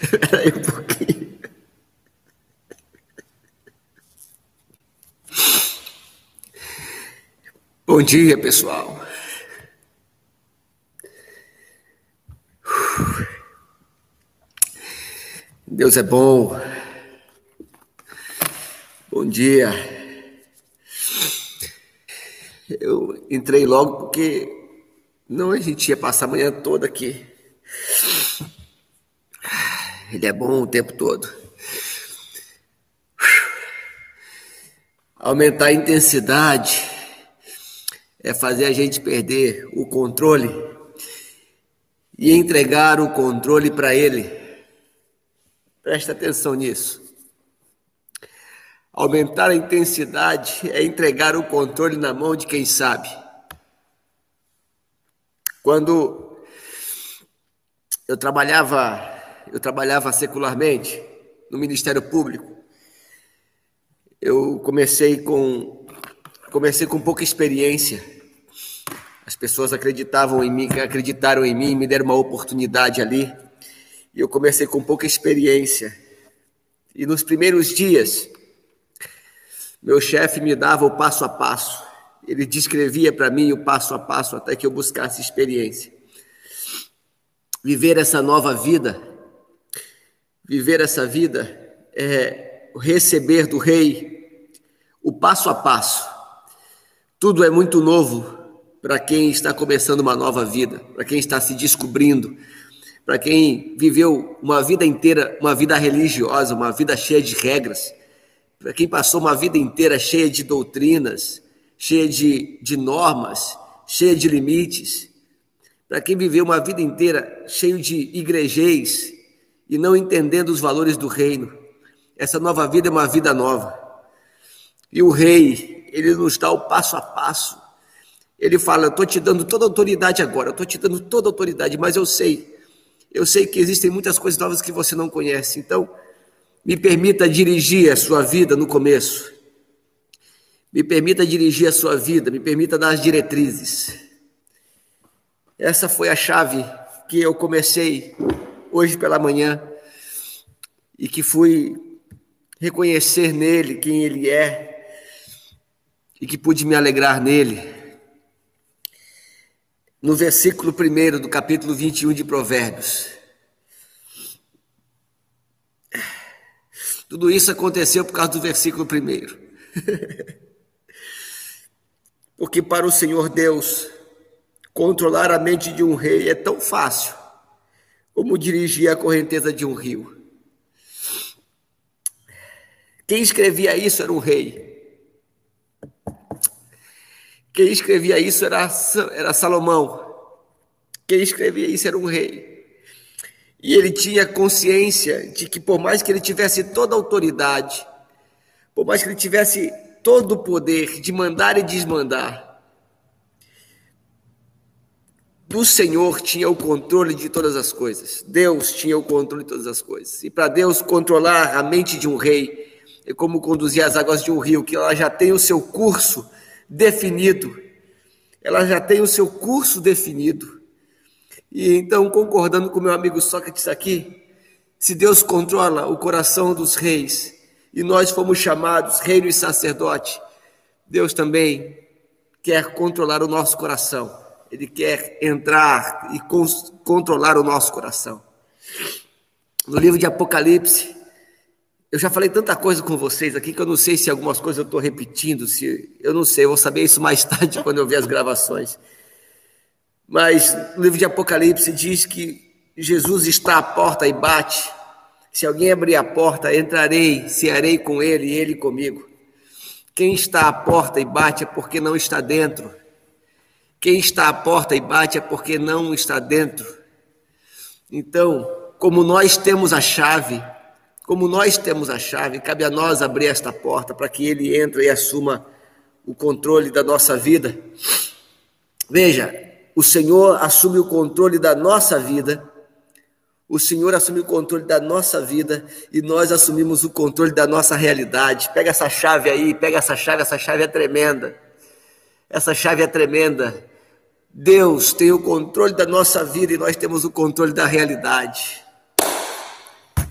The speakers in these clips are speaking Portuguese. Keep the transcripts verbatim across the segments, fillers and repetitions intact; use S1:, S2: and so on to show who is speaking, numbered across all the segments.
S1: Espera aí um pouquinho. Bom dia, pessoal. Deus é bom. Bom dia. Eu entrei logo porque não a gente ia passar a manhã toda aqui. Ele é bom o tempo todo. Aumentar a intensidade é fazer a gente perder o controle e entregar o controle para Ele. Presta atenção nisso. Aumentar a intensidade é entregar o controle na mão de quem sabe. Quando eu trabalhava, eu trabalhava secularmente no Ministério Público, eu comecei com, comecei com pouca experiência. As pessoas acreditavam em mim, acreditaram em mim, me deram uma oportunidade ali. E eu comecei com pouca experiência. E nos primeiros dias, meu chefe me dava o passo a passo. Ele descrevia para mim o passo a passo até que eu buscasse experiência. Viver essa nova vida, viver essa vida é receber do Rei o passo a passo. Tudo é muito novo para quem está começando uma nova vida, para quem está se descobrindo, para quem viveu uma vida inteira, uma vida religiosa, uma vida cheia de regras, para quem passou uma vida inteira cheia de doutrinas, cheia de, de normas, cheia de limites, para quem viveu uma vida inteira cheio de igrejês e não entendendo os valores do reino. Essa nova vida é uma vida nova. E o Rei, Ele nos dá o passo a passo. Ele fala, eu estou te dando toda a autoridade agora, eu estou te dando toda a autoridade, mas eu sei, eu sei que existem muitas coisas novas que você não conhece, então me permita dirigir a sua vida no começo. Me permita dirigir a sua vida, me permita dar as diretrizes. Essa foi a chave que eu comecei hoje pela manhã e que fui reconhecer nele quem ele é e que pude me alegrar nele. No versículo primeiro do capítulo vinte e um de Provérbios. Tudo isso aconteceu por causa do versículo primeiro. Porque para o Senhor Deus, controlar a mente de um rei é tão fácil como dirigir a correnteza de um rio. Quem escrevia isso era um rei. Quem escrevia isso era, era Salomão. Quem escrevia isso era um rei. E ele tinha consciência de que por mais que ele tivesse toda a autoridade, por mais que ele tivesse todo o poder de mandar e desmandar, o Senhor tinha o controle de todas as coisas. Deus tinha o controle de todas as coisas. E para Deus controlar a mente de um rei, é como conduzir as águas de um rio, que ela já tem o seu curso definido. Ela já tem o seu curso definido. E então, concordando com meu amigo Sócrates aqui, se Deus controla o coração dos reis, e nós fomos chamados reino e sacerdote, Deus também quer controlar o nosso coração. Ele quer entrar e controlar o nosso coração. No livro de Apocalipse, eu já falei tanta coisa com vocês aqui que eu não sei se algumas coisas eu estou repetindo, se eu não sei, eu vou saber isso mais tarde quando eu ver as gravações. Mas no livro de Apocalipse diz que Jesus está à porta e bate. Se alguém abrir a porta, entrarei, cearei com ele e ele comigo. Quem está à porta e bate é porque não está dentro. Quem está à porta e bate é porque não está dentro. Então, como nós temos a chave, como nós temos a chave, cabe a nós abrir esta porta para que ele entre e assuma o controle da nossa vida. Veja, o Senhor assume o controle da nossa vida, o Senhor assume o controle da nossa vida e nós assumimos o controle da nossa realidade. Pega essa chave aí, pega essa chave, essa chave é tremenda. Essa chave é tremenda. Deus tem o controle da nossa vida e nós temos o controle da realidade.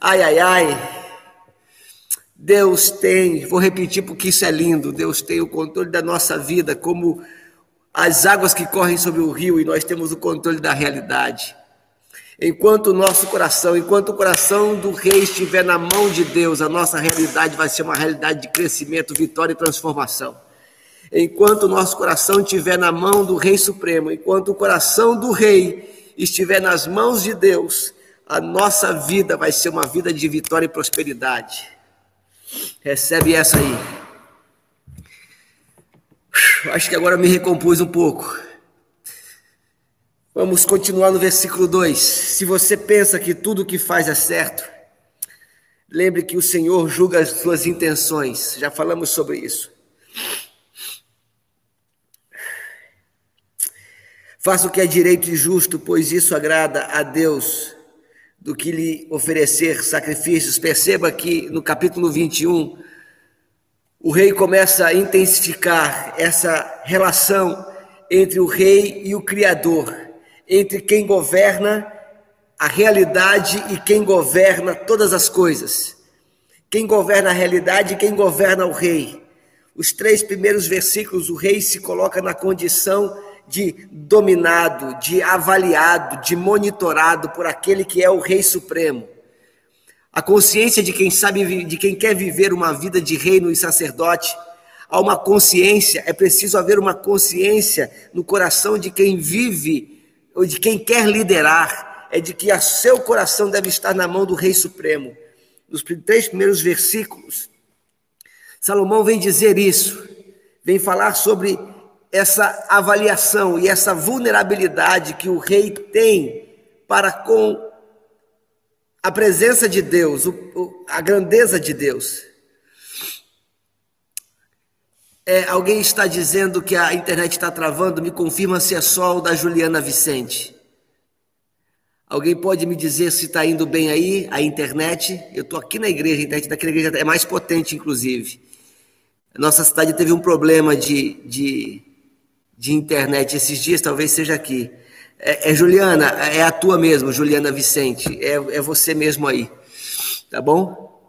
S1: Ai, ai, ai. Deus tem, vou repetir porque isso é lindo, Deus tem o controle da nossa vida como as águas que correm sobre o rio e nós temos o controle da realidade. Enquanto o nosso coração, enquanto o coração do rei estiver na mão de Deus, a nossa realidade vai ser uma realidade de crescimento, vitória e transformação. Enquanto o nosso coração estiver na mão do Rei Supremo, enquanto o coração do rei estiver nas mãos de Deus, a nossa vida vai ser uma vida de vitória e prosperidade. Recebe essa aí. Acho que agora me recompus um pouco. Vamos continuar no versículo dois. Se você pensa que tudo o que faz é certo, lembre que o Senhor julga as suas intenções. Já falamos sobre isso. Faça o que é direito e justo, pois isso agrada a Deus, do que lhe oferecer sacrifícios. Perceba que no capítulo vinte e um, o rei começa a intensificar essa relação entre o rei e o Criador, entre quem governa a realidade e quem governa todas as coisas. Quem governa a realidade e quem governa o rei. Os três primeiros versículos, o rei se coloca na condição de dominado, de avaliado, de monitorado por aquele que é o Rei Supremo. A consciência de quem sabe, de quem quer viver uma vida de reino e sacerdote, há uma consciência, é preciso haver uma consciência no coração de quem vive, ou de quem quer liderar, é de que o seu coração deve estar na mão do Rei Supremo. Nos três primeiros versículos, Salomão vem dizer isso, vem falar sobre essa avaliação e essa vulnerabilidade que o rei tem para com a presença de Deus, o, o, a grandeza de Deus. É, alguém está dizendo que a internet está travando, me confirma se é só o da Juliana Vicente. Alguém pode me dizer se está indo bem aí, a internet? Eu estou aqui na igreja, a internet daquela igreja é mais potente, inclusive. Nossa cidade teve um problema de... de de internet esses dias, talvez seja aqui. É, é Juliana, é a tua mesmo, Juliana Vicente, é, é você mesmo aí, tá bom?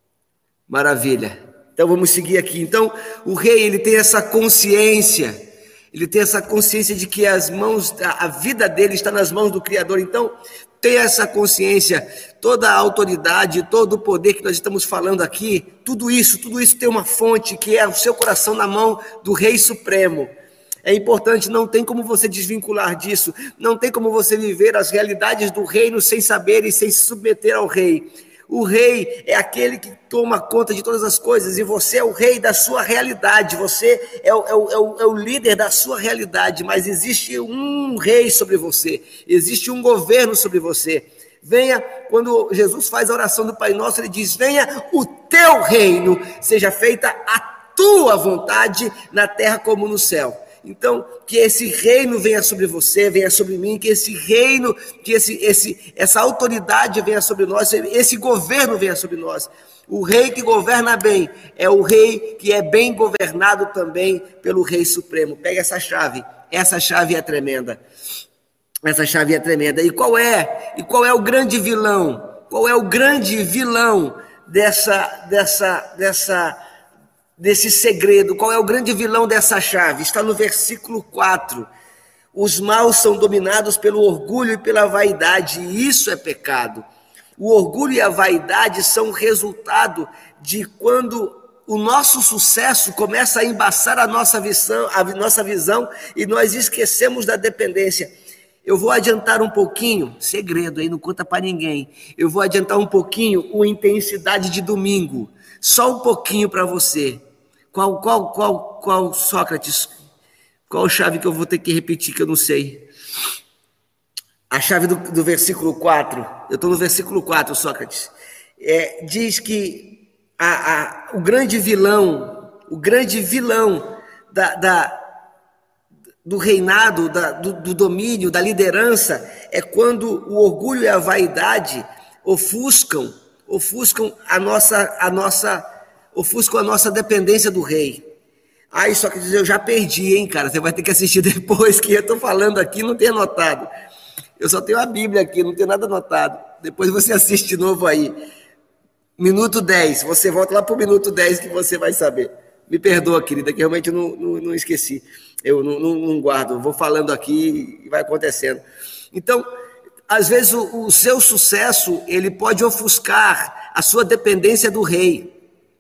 S1: Maravilha. Então vamos seguir aqui. Então o rei, ele tem essa consciência, ele tem essa consciência de que as mãos, a, a vida dele está nas mãos do Criador. Então tem essa consciência, toda a autoridade, todo o poder que nós estamos falando aqui, tudo isso, tudo isso tem uma fonte que é o seu coração na mão do Rei Supremo. É importante, não tem como você desvincular disso, não tem como você viver as realidades do reino sem saber e sem se submeter ao rei. O rei é aquele que toma conta de todas as coisas e você é o rei da sua realidade, você é o, é o, é o, é o líder da sua realidade, mas existe um rei sobre você, existe um governo sobre você. Venha, quando Jesus faz a oração do Pai Nosso, ele diz, venha o teu reino, seja feita a tua vontade na terra como no céu. Então, que esse reino venha sobre você, venha sobre mim, que esse reino, que esse, esse, essa autoridade venha sobre nós, esse governo venha sobre nós. O rei que governa bem é o rei que é bem governado também pelo Rei Supremo. Pega essa chave, essa chave é tremenda. Essa chave é tremenda. E qual é? E qual é o grande vilão? Qual é o grande vilão dessa, dessa, dessa desse segredo? Qual é o grande vilão dessa chave? Está no versículo quatro. Os maus são dominados pelo orgulho e pela vaidade, e isso é pecado. O orgulho e a vaidade são resultado de quando o nosso sucesso começa a embaçar a nossa visão, a nossa visão e nós esquecemos da dependência. Eu vou adiantar um pouquinho, segredo aí, não conta para ninguém. Eu vou adiantar um pouquinho o intensidade de domingo, só um pouquinho para você. Qual, qual, qual, qual, Sócrates? Qual chave que eu vou ter que repetir que eu não sei? A chave do, do versículo quatro. Eu estou no versículo quatro, Sócrates. É, diz que a, a, o grande vilão, o grande vilão da, da, do reinado, da, do, do domínio, da liderança, é quando o orgulho e a vaidade ofuscam, ofuscam a nossa, a nossa ofuscam a nossa dependência do rei. Aí, só que eu já perdi, hein, cara? Você vai ter que assistir depois, que eu estou falando aqui, não tenho anotado. Eu só tenho a Bíblia aqui, não tenho nada anotado. Depois você assiste de novo aí. Minuto dez, você volta lá para o minuto dez que você vai saber. Me perdoa, querida, que realmente eu não, não, não esqueci. Eu não, não, não guardo, vou falando aqui e vai acontecendo. Então, às vezes o, o seu sucesso, ele pode ofuscar a sua dependência do rei.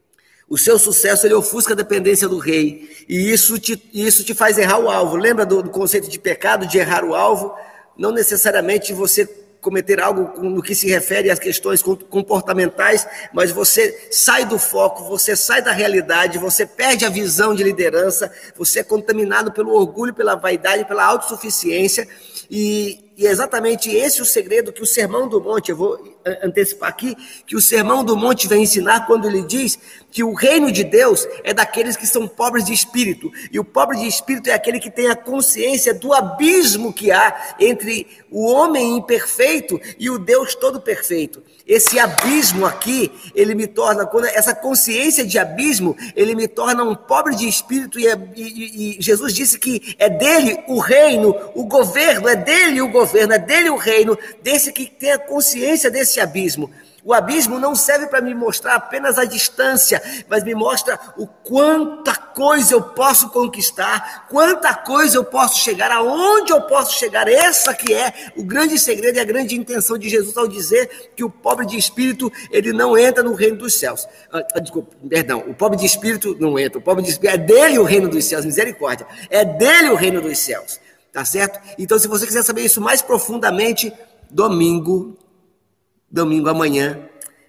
S1: O seu sucesso, ele ofusca a dependência do rei. E isso te, isso te faz errar o alvo. Lembra do, do conceito de pecado, de errar o alvo? Não necessariamente você cometer algo no que se refere às questões comportamentais, mas você sai do foco, você sai da realidade, você perde a visão de liderança, você é contaminado pelo orgulho, pela vaidade, pela autossuficiência, e, e é exatamente esse o segredo que o Sermão do Monte, eu vou antecipar aqui, que o Sermão do Monte vem ensinar quando ele diz que o reino de Deus é daqueles que são pobres de espírito, e o pobre de espírito é aquele que tem a consciência do abismo que há entre o homem imperfeito e o Deus todo perfeito. Esse abismo aqui, ele me torna, quando essa consciência de abismo, ele me torna um pobre de espírito, e, é, e, e Jesus disse que é dele o reino, o governo, é dele o governo, é dele o reino, desse que tem a consciência desse abismo. O abismo não serve para me mostrar apenas a distância, mas me mostra o quanta coisa eu posso conquistar, quanta coisa eu posso chegar, aonde eu posso chegar. Essa que é o grande segredo e a grande intenção de Jesus ao dizer que o pobre de espírito, ele não entra no reino dos céus. Ah, desculpa, perdão, o pobre de espírito não entra, o pobre de espírito, é dele o reino dos céus, misericórdia, é dele o reino dos céus, tá certo? Então, se você quiser saber isso mais profundamente, domingo, domingo amanhã,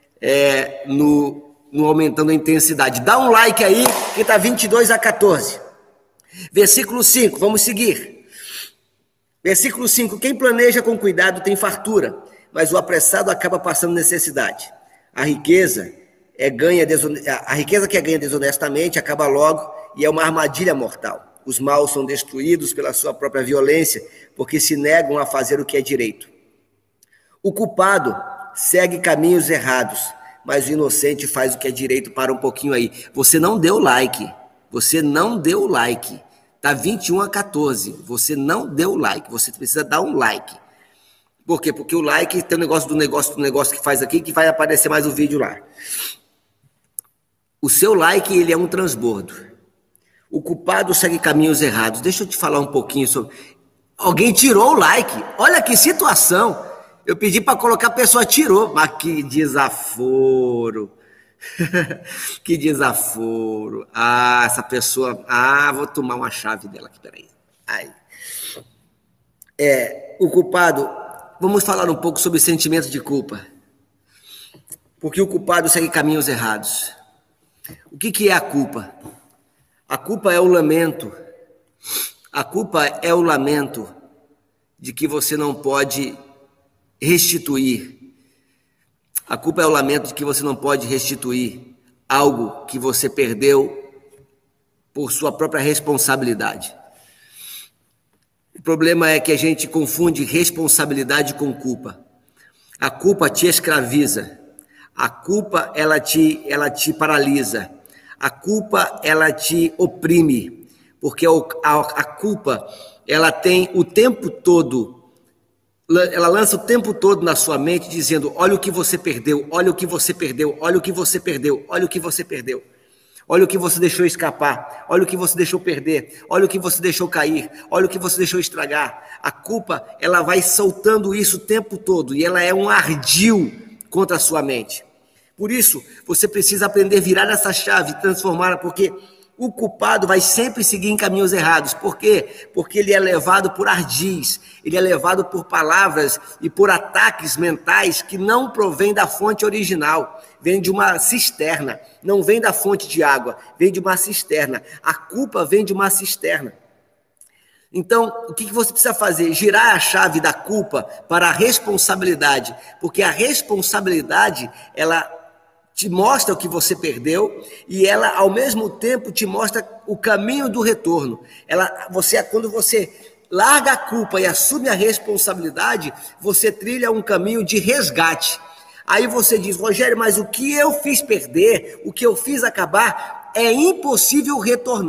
S1: é, no, no Aumentando a Intensidade. Dá um like aí, que está vinte e dois a quatorze. Versículo cinco, vamos seguir. Versículo cinco, quem planeja com cuidado tem fartura, mas o apressado acaba passando necessidade. A riqueza, é ganha desone... a riqueza que é ganha desonestamente acaba logo e é uma armadilha mortal. Os maus são destruídos pela sua própria violência, porque se negam a fazer o que é direito. O culpado segue caminhos errados, mas o inocente faz o que é direito. Para um pouquinho aí. Você não deu like. Você não deu like. Tá vinte e um a quatorze. Você não deu like. Você precisa dar um like. Por quê? Porque o like tem um negócio do negócio do negócio que faz aqui, que vai aparecer mais o vídeo lá. O seu like, ele é um transbordo. O culpado segue caminhos errados. Deixa eu te falar um pouquinho sobre... Alguém tirou o like. Olha que situação. Eu pedi para colocar, a pessoa tirou. Mas que desaforo. Que desaforo. Ah, essa pessoa... Ah, vou tomar uma chave dela aqui, peraí. Aí. É, o culpado... Vamos falar um pouco sobre sentimento de culpa. Porque o culpado segue caminhos errados. O que, que é a culpa? A culpa é o lamento. A culpa é o lamento de que você não pode... restituir. A culpa é o lamento de que você não pode restituir algo que você perdeu por sua própria responsabilidade. O problema é que a gente confunde responsabilidade com culpa. A culpa te escraviza. A culpa, ela te, ela te paralisa. A culpa, ela te oprime. Porque a, a, a culpa, ela tem o tempo todo... Ela lança o tempo todo na sua mente dizendo, olha o que você perdeu, olha o que você perdeu, olha o que você perdeu, olha o que você perdeu. Olha o que você deixou escapar, olha o que você deixou perder, olha o que você deixou cair, olha o que você deixou estragar. A culpa, ela vai soltando isso o tempo todo e ela é um ardil contra a sua mente. Por isso, você precisa aprender a virar essa chave, transformá-la, porque... o culpado vai sempre seguir em caminhos errados. Por quê? Porque ele é levado por ardis, ele é levado por palavras e por ataques mentais que não provém da fonte original, vem de uma cisterna, não vem da fonte de água, vem de uma cisterna. A culpa vem de uma cisterna. Então, o que você precisa fazer? Girar a chave da culpa para a responsabilidade, porque a responsabilidade, ela... te mostra o que você perdeu e ela, ao mesmo tempo, te mostra o caminho do retorno. Ela, você, quando você larga a culpa e assume a responsabilidade, você trilha um caminho de resgate. Aí você diz, Rogério, mas o que eu fiz perder, o que eu fiz acabar, é impossível retornar.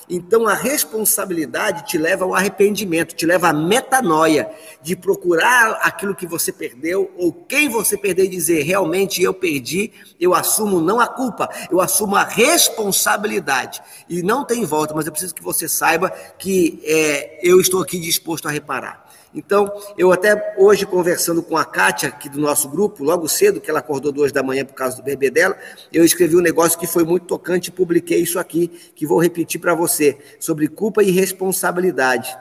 S1: Então, a responsabilidade te leva ao arrependimento, te leva à metanoia, de procurar aquilo que você perdeu, ou quem você perdeu e dizer, realmente eu perdi, eu assumo não a culpa, eu assumo a responsabilidade. E não tem volta, mas eu preciso que você saiba que é, eu estou aqui disposto a reparar. Então, eu até hoje conversando com a Kátia, aqui do nosso grupo, logo cedo, que ela acordou duas da manhã por causa do bebê dela, eu escrevi um negócio que foi muito tocante e publiquei isso aqui, que vou repetir para você, sobre culpa e responsabilidade.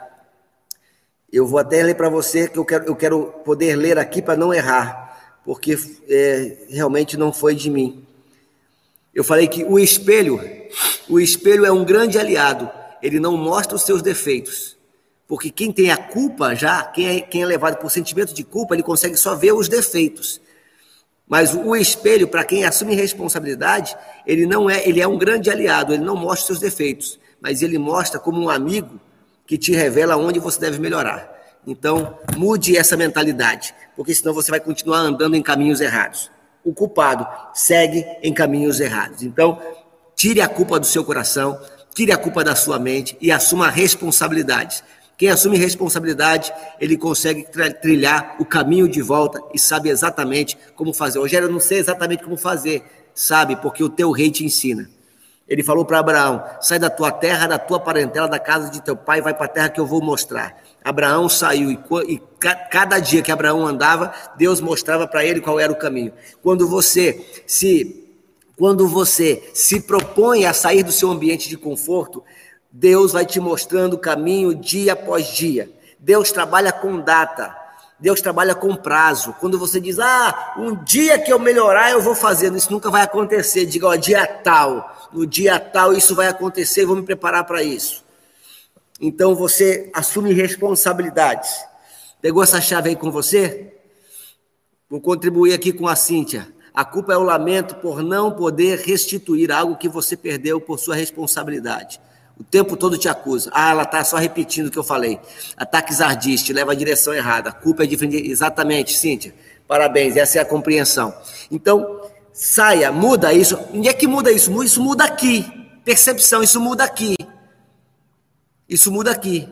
S1: Eu vou até ler para você, que eu quero, eu quero poder ler aqui para não errar, porque é, realmente não foi de mim. Eu falei que o espelho, o espelho é um grande aliado, ele não mostra os seus defeitos. Porque quem tem a culpa já, quem é, quem é levado por sentimento de culpa, ele consegue só ver os defeitos. Mas o espelho, para quem assume responsabilidade, ele não é, ele é um grande aliado, ele não mostra os seus defeitos, mas ele mostra como um amigo que te revela onde você deve melhorar. Então, mude essa mentalidade, porque senão você vai continuar andando em caminhos errados. O culpado segue em caminhos errados. Então, tire a culpa do seu coração, tire a culpa da sua mente e assuma a responsabilidade. Quem assume responsabilidade, ele consegue trilhar o caminho de volta e sabe exatamente como fazer. Rogério, eu não sei exatamente como fazer. Sabe, porque o teu rei te ensina. Ele falou para Abraão, sai da tua terra, da tua parentela, da casa de teu pai, vai para a terra que eu vou mostrar. Abraão saiu e, e cada dia que Abraão andava, Deus mostrava para ele qual era o caminho. Quando você se, quando você se propõe a sair do seu ambiente de conforto, Deus vai te mostrando o caminho dia após dia. Deus trabalha com data. Deus trabalha com prazo. Quando você diz, ah, um dia que eu melhorar eu vou fazer. Isso nunca vai acontecer. Diga, ó, dia tal. No dia tal isso vai acontecer, eu vou me preparar para isso. Então você assume responsabilidades. Pegou essa chave aí com você? Vou contribuir aqui com a Cíntia. A culpa é o lamento por não poder restituir algo que você perdeu por sua responsabilidade. O tempo todo te acusa. Ah, ela está só repetindo o que eu falei. Ataques ardis, te leva à direção errada. A culpa é diferente. Exatamente, Cíntia. Parabéns, essa é a compreensão. Então, saia, muda isso. Onde é que muda isso? Isso muda aqui. Percepção, isso muda aqui. Isso muda aqui.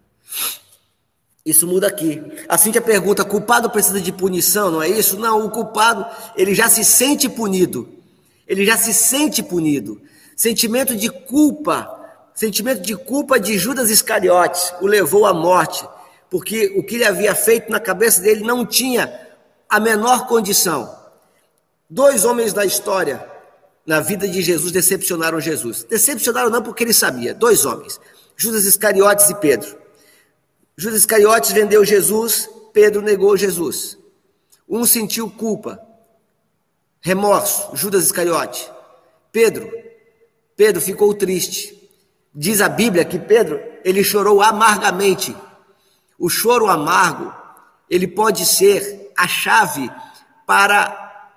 S1: Isso muda aqui. A Cíntia pergunta, culpado precisa de punição, não é isso? Não, o culpado, ele já se sente punido. Ele já se sente punido. Sentimento de culpa. Sentimento de culpa de Judas Iscariotes o levou à morte, porque o que ele havia feito na cabeça dele não tinha a menor condição. Dois homens da história, na vida de Jesus, decepcionaram Jesus. Decepcionaram não porque ele sabia, dois homens, Judas Iscariotes e Pedro. Judas Iscariotes vendeu Jesus, Pedro negou Jesus. Um sentiu culpa, remorso, Judas Iscariote. Pedro, Pedro ficou triste. Diz a Bíblia que Pedro, ele chorou amargamente. O choro amargo, ele pode ser a chave para,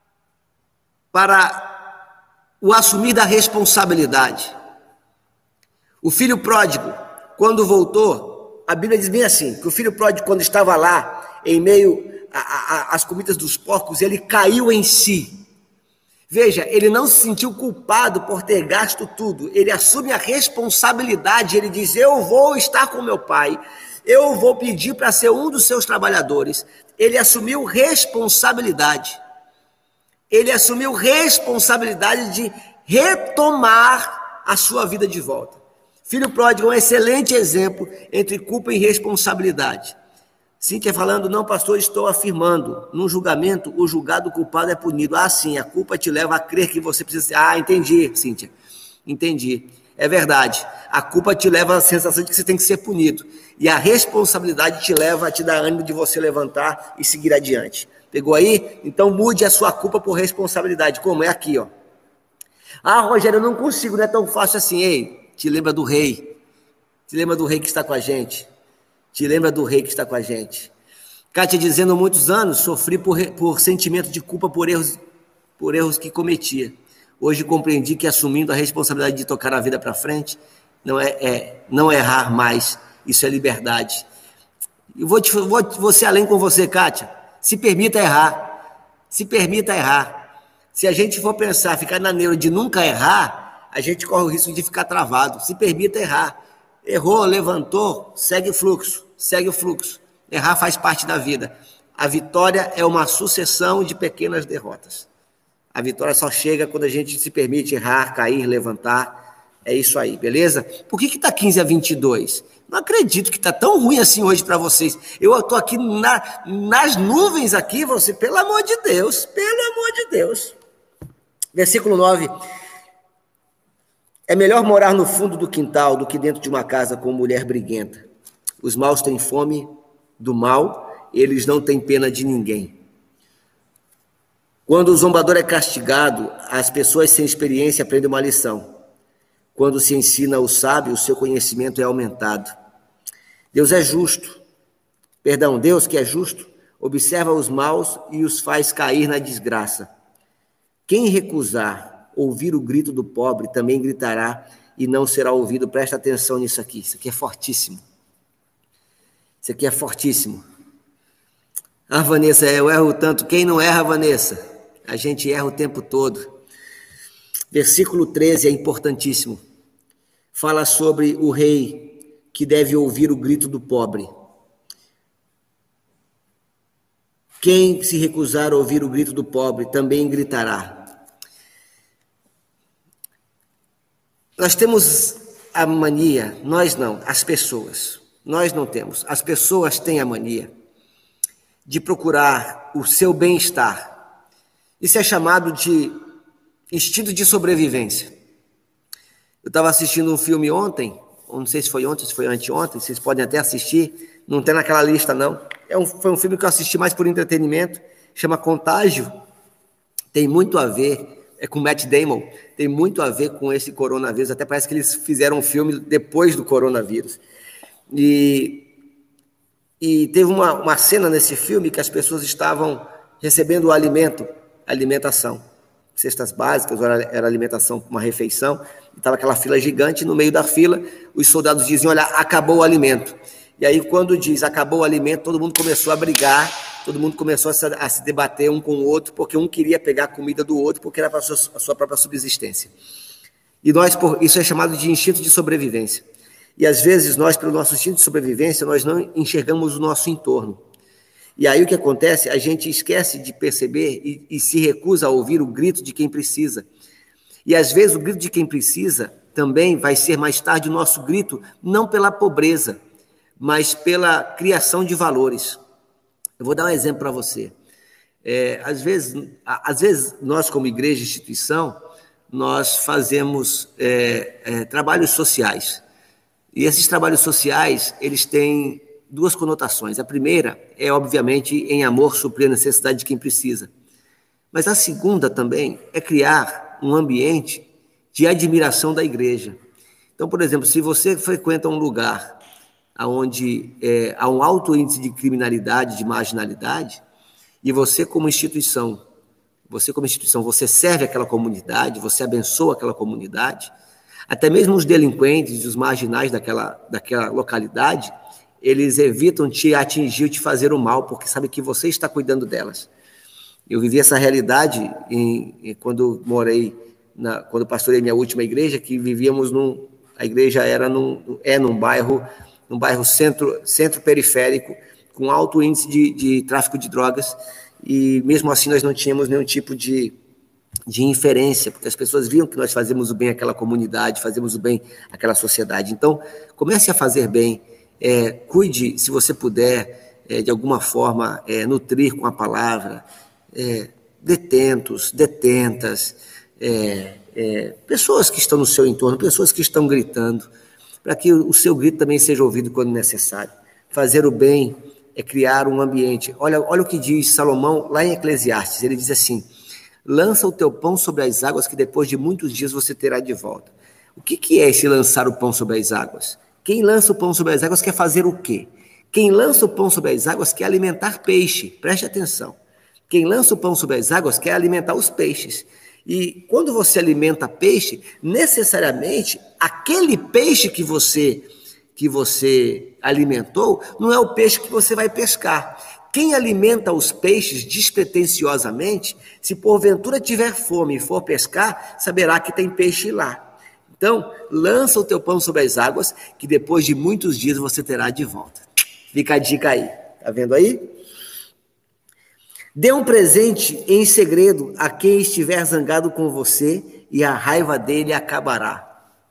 S1: para o assumir da responsabilidade. O filho pródigo, quando voltou, a Bíblia diz bem assim, que o filho pródigo, quando estava lá, em meio às comidas dos porcos, ele caiu em si. Veja, ele não se sentiu culpado por ter gasto tudo. Ele assume a responsabilidade. Ele diz, eu vou estar com meu pai. Eu vou pedir para ser um dos seus trabalhadores. Ele assumiu responsabilidade. Ele assumiu responsabilidade de retomar a sua vida de volta. Filho pródigo é um excelente exemplo entre culpa e responsabilidade. Cíntia falando, não, pastor, estou afirmando, num julgamento, o julgado culpado é punido. Ah, sim, a culpa te leva a crer que você precisa ser... Ah, entendi, Cíntia, entendi. É verdade, a culpa te leva à sensação de que você tem que ser punido. E a responsabilidade te leva a te dar ânimo de você levantar e seguir adiante. Pegou aí? Então mude a sua culpa por responsabilidade, como é aqui, ó. Ah, Rogério, eu não consigo, não é tão fácil assim. Ei, te lembra do rei, te lembra do rei que está com a gente. Te lembra do rei que está com a gente. Kátia dizendo, há muitos anos, sofri por, por sentimento de culpa por erros, por erros que cometia. Hoje compreendi que assumindo a responsabilidade de tocar a vida para frente, não é, é não errar mais. Isso é liberdade. Eu vou, te, vou, vou ser além com você, Kátia. Se permita errar. Se permita errar. Se a gente for pensar, ficar na neura de nunca errar, a gente corre o risco de ficar travado. Se permita errar. Errou, levantou, segue o fluxo, segue o fluxo. Errar faz parte da vida. A vitória é uma sucessão de pequenas derrotas. A vitória só chega quando a gente se permite errar, cair, levantar. É isso aí, beleza? Por que que tá quinze a vinte e dois? Não acredito que tá tão ruim assim hoje para vocês. Eu estou aqui na, nas nuvens aqui, você, pelo amor de Deus, pelo amor de Deus. Versículo nove. É melhor morar no fundo do quintal do que dentro de uma casa com mulher briguenta. Os maus têm fome do mal, eles não têm pena de ninguém. Quando o zombador é castigado, as pessoas sem experiência aprendem uma lição. Quando se ensina o sábio, o seu conhecimento é aumentado. Deus é justo. Perdão, Deus que é justo, observa os maus e os faz cair na desgraça. Quem recusar ouvir o grito do pobre também gritará e não será ouvido. Presta atenção nisso aqui. Isso aqui é fortíssimo. Isso aqui é fortíssimo. Ah, Vanessa, eu erro tanto. Quem não erra, Vanessa? A gente erra o tempo todo. Versículo treze é importantíssimo. Fala sobre o rei que deve ouvir o grito do pobre. Quem se recusar a ouvir o grito do pobre também gritará. Nós temos a mania, nós não, as pessoas, nós não temos, as pessoas têm a mania de procurar o seu bem-estar. Isso é chamado de instinto de sobrevivência. Eu estava assistindo um filme ontem, não sei se foi ontem, se foi anteontem, vocês podem até assistir, não tem naquela lista não. É um, foi um filme que eu assisti mais por entretenimento, chama Contágio, tem muito a ver, é com Matt Damon, tem muito a ver com esse coronavírus, até parece que eles fizeram um filme depois do coronavírus. E, e teve uma, uma cena nesse filme que as pessoas estavam recebendo o alimento, alimentação, cestas básicas, era, era alimentação, uma refeição, estava aquela fila gigante, no meio da fila, os soldados diziam, olha, acabou o alimento. E aí, quando diz acabou o alimento, todo mundo começou a brigar, todo mundo começou a se, a se debater um com o outro, porque um queria pegar a comida do outro, porque era para a sua, a sua própria subsistência. E nós, por, isso é chamado de instinto de sobrevivência. E às vezes nós, pelo nosso instinto de sobrevivência, nós não enxergamos o nosso entorno. E aí o que acontece? A gente esquece de perceber e, e se recusa a ouvir o grito de quem precisa. E às vezes o grito de quem precisa também vai ser mais tarde o nosso grito, não pela pobreza, mas pela criação de valores. Eu vou dar um exemplo para você. É, às vezes, às vezes, nós como igreja, instituição, nós fazemos é, é, trabalhos sociais. E esses trabalhos sociais, eles têm duas conotações. A primeira é, obviamente, em amor suprir a necessidade de quem precisa. Mas a segunda também é criar um ambiente de admiração da igreja. Então, por exemplo, se você frequenta um lugar onde é, há um alto índice de criminalidade, de marginalidade, e você como instituição, você como instituição, você serve aquela comunidade, você abençoa aquela comunidade, até mesmo os delinquentes, os marginais daquela, daquela localidade, eles evitam te atingir, te fazer o mal, porque sabem que você está cuidando delas. Eu vivi essa realidade em, em, quando morei, na, quando pastorei minha última igreja, que vivíamos num, a igreja era num, é num bairro num bairro centro, centro periférico, com alto índice de, de tráfico de drogas, e mesmo assim nós não tínhamos nenhum tipo de, de inferência, porque as pessoas viam que nós fazíamos o bem àquela comunidade, fazíamos o bem àquela sociedade. Então, comece a fazer bem, é, cuide, se você puder, é, de alguma forma, é, nutrir com a palavra, é, detentos, detentas, é, é, pessoas que estão no seu entorno, pessoas que estão gritando, para que o seu grito também seja ouvido quando necessário. Fazer o bem é criar um ambiente. Olha, olha o que diz Salomão lá em Eclesiastes, ele diz assim, lança o teu pão sobre as águas que depois de muitos dias você terá de volta. O que, que é esse lançar o pão sobre as águas? Quem lança o pão sobre as águas quer fazer o quê? Quem lança o pão sobre as águas quer alimentar peixe, preste atenção. Quem lança o pão sobre as águas quer alimentar os peixes. E quando você alimenta peixe, necessariamente, aquele peixe que você, que você alimentou, não é o peixe que você vai pescar. Quem alimenta os peixes despretensiosamente, se porventura tiver fome e for pescar, saberá que tem peixe lá. Então, lança o teu pão sobre as águas, que depois de muitos dias você terá de volta. Fica a dica aí. Tá vendo aí? Dê um presente em segredo a quem estiver zangado com você e a raiva dele acabará.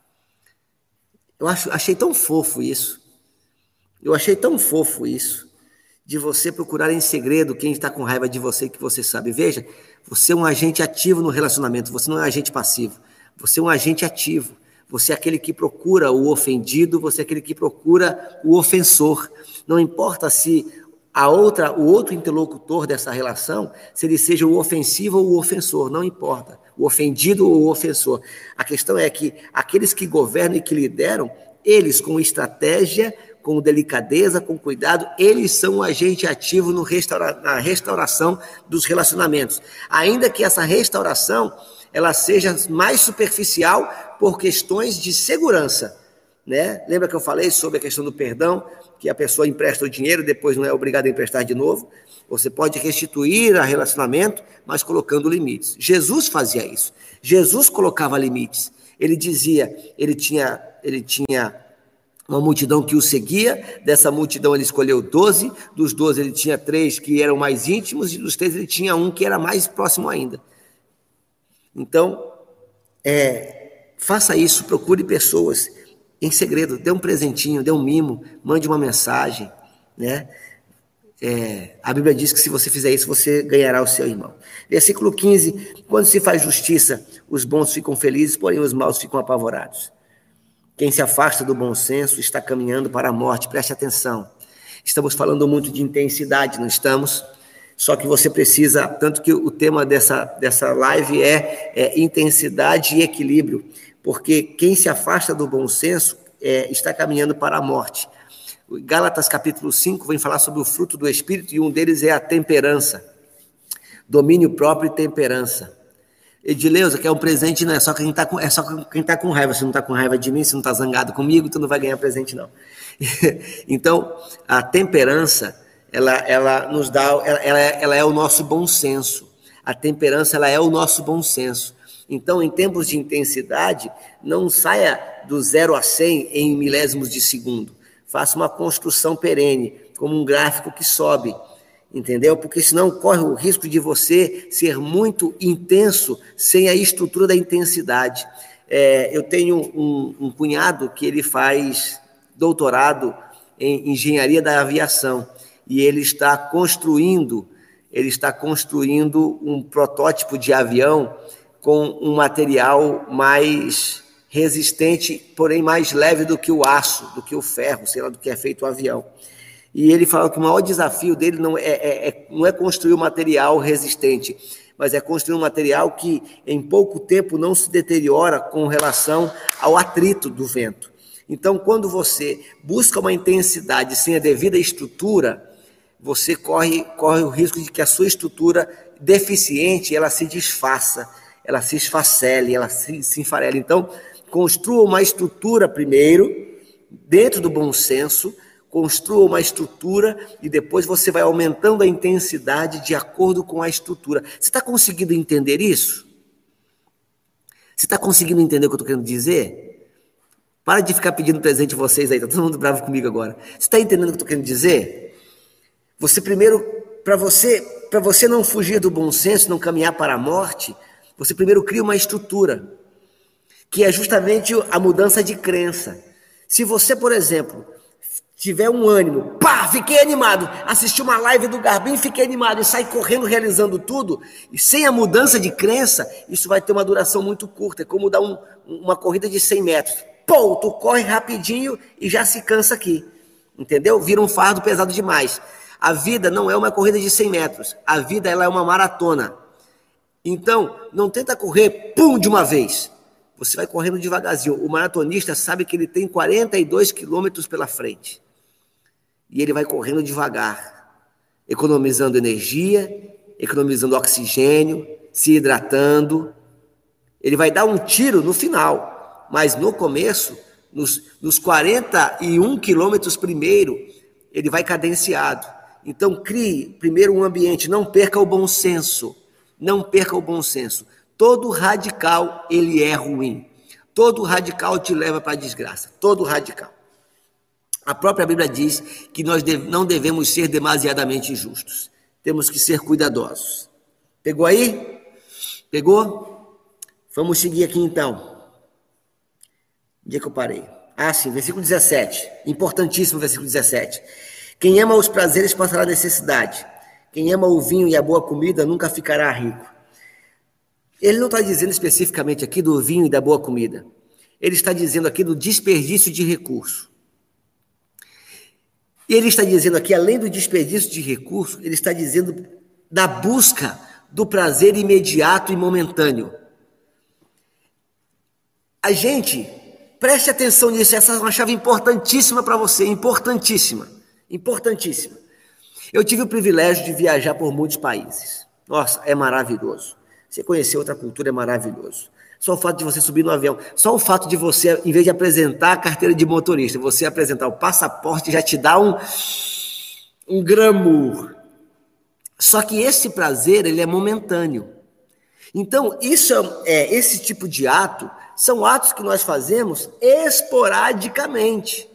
S1: Eu acho, achei tão fofo isso. Eu achei tão fofo isso. De você procurar em segredo quem está com raiva de você que você sabe. Veja, você é um agente ativo no relacionamento. Você não é um agente passivo. Você é um agente ativo. Você é aquele que procura o ofendido. Você é aquele que procura o ofensor. Não importa se a outra, o outro interlocutor dessa relação, se ele seja o ofensivo ou o ofensor, não importa, o ofendido ou o ofensor. A questão é que aqueles que governam e que lideram, eles com estratégia, com delicadeza, com cuidado, eles são o agente ativo no restaura, na restauração dos relacionamentos. Ainda que essa restauração ela seja mais superficial por questões de segurança. Né? Lembra que eu falei sobre a questão do perdão, que a pessoa empresta o dinheiro, depois não é obrigada a emprestar de novo? Você pode restituir o relacionamento, mas colocando limites. Jesus fazia isso. Jesus colocava limites. Ele dizia, ele tinha, ele tinha uma multidão que o seguia, dessa multidão ele escolheu doze, dos doze ele tinha três que eram mais íntimos, e dos três ele tinha um que era mais próximo ainda. Então, é, faça isso, procure pessoas em segredo, dê um presentinho, dê um mimo, mande uma mensagem, né? É, a Bíblia diz que se você fizer isso, você ganhará o seu irmão. Versículo quinze, quando se faz justiça, os bons ficam felizes, porém os maus ficam apavorados. Quem se afasta do bom senso está caminhando para a morte, preste atenção. Estamos falando muito de intensidade, não estamos? Só que você precisa, tanto que o tema dessa, dessa live é, é intensidade e equilíbrio, porque quem se afasta do bom senso é, está caminhando para a morte. Gálatas capítulo cinco vem falar sobre o fruto do Espírito e um deles é a temperança, domínio próprio e temperança. Edileuza, que é um presente, não é só quem está com, é só quem tá com raiva. Você não está com raiva de mim, você não está zangado comigo, tu não vai ganhar presente, não. Então, a temperança, ela, ela nos dá, ela, ela, ela é o nosso bom senso. A temperança, ela é o nosso bom senso. Então, em tempos de intensidade, não saia do zero a cem em milésimos de segundo. Faça uma construção perene, como um gráfico que sobe, entendeu? Porque senão corre o risco de você ser muito intenso sem a estrutura da intensidade. É, eu tenho um, um cunhado que ele faz doutorado em engenharia da aviação e ele está construindo, ele está construindo um protótipo de avião com um material mais resistente, porém mais leve do que o aço, do que o ferro, sei lá, do que é feito o avião. E ele falou que o maior desafio dele não é, é, é, não é construir um material resistente, mas é construir um material que em pouco tempo não se deteriora com relação ao atrito do vento. Então, quando você busca uma intensidade sem a devida estrutura, você corre, corre o risco de que a sua estrutura deficiente ela se desfaça, ela se esfacele, ela se, se enfarele. Então, construa uma estrutura primeiro, dentro do bom senso, construa uma estrutura e depois você vai aumentando a intensidade de acordo com a estrutura. Você está conseguindo entender isso? Você está conseguindo entender o que eu estou querendo dizer? Para de ficar pedindo presente vocês aí, está todo mundo bravo comigo agora. Você está entendendo o que eu estou querendo dizer? Você primeiro, para você, para você não fugir do bom senso, não caminhar para a morte, você primeiro cria uma estrutura, que é justamente a mudança de crença. Se você, por exemplo, tiver um ânimo, pá, fiquei animado, assisti uma live do Garbim, fiquei animado, e sai correndo realizando tudo, e sem a mudança de crença, isso vai ter uma duração muito curta, é como dar um, uma corrida de cem metros. Pô, tu corre rapidinho e já se cansa aqui, entendeu? Vira um fardo pesado demais. A vida não é uma corrida de cem metros, a vida ela é uma maratona. Então, não tenta correr, pum, de uma vez. Você vai correndo devagarzinho. O maratonista sabe que ele tem quarenta e dois quilômetros pela frente. E ele vai correndo devagar, economizando energia, economizando oxigênio, se hidratando. Ele vai dar um tiro no final, mas no começo, nos, nos quarenta e um quilômetros primeiro, ele vai cadenciado. Então, crie primeiro um ambiente, não perca o bom senso. Não perca o bom senso. Todo radical, ele é ruim. Todo radical te leva para a desgraça, todo radical. A própria Bíblia diz que nós não devemos ser demasiadamente justos, temos que ser cuidadosos. Pegou aí? Pegou? Vamos seguir aqui então. Onde é que eu parei? Ah, sim, versículo dezessete, importantíssimo versículo dezessete. Quem ama os prazeres passará necessidade, quem ama o vinho e a boa comida nunca ficará rico. Ele não está dizendo especificamente aqui do vinho e da boa comida, ele está dizendo aqui do desperdício de recurso. E ele está dizendo aqui, além do desperdício de recurso, ele está dizendo da busca do prazer imediato e momentâneo. A gente, preste atenção nisso, essa é uma chave importantíssima para você, importantíssima, importantíssima. Eu tive o privilégio de viajar por muitos países. Nossa, é maravilhoso. Você conhecer outra cultura é maravilhoso. Só o fato de você subir no avião, só o fato de você, em vez de apresentar a carteira de motorista, você apresentar o passaporte já te dá um, um glamour. Só que esse prazer, ele é momentâneo. Então, isso é, esse tipo de ato são atos que nós fazemos esporadicamente.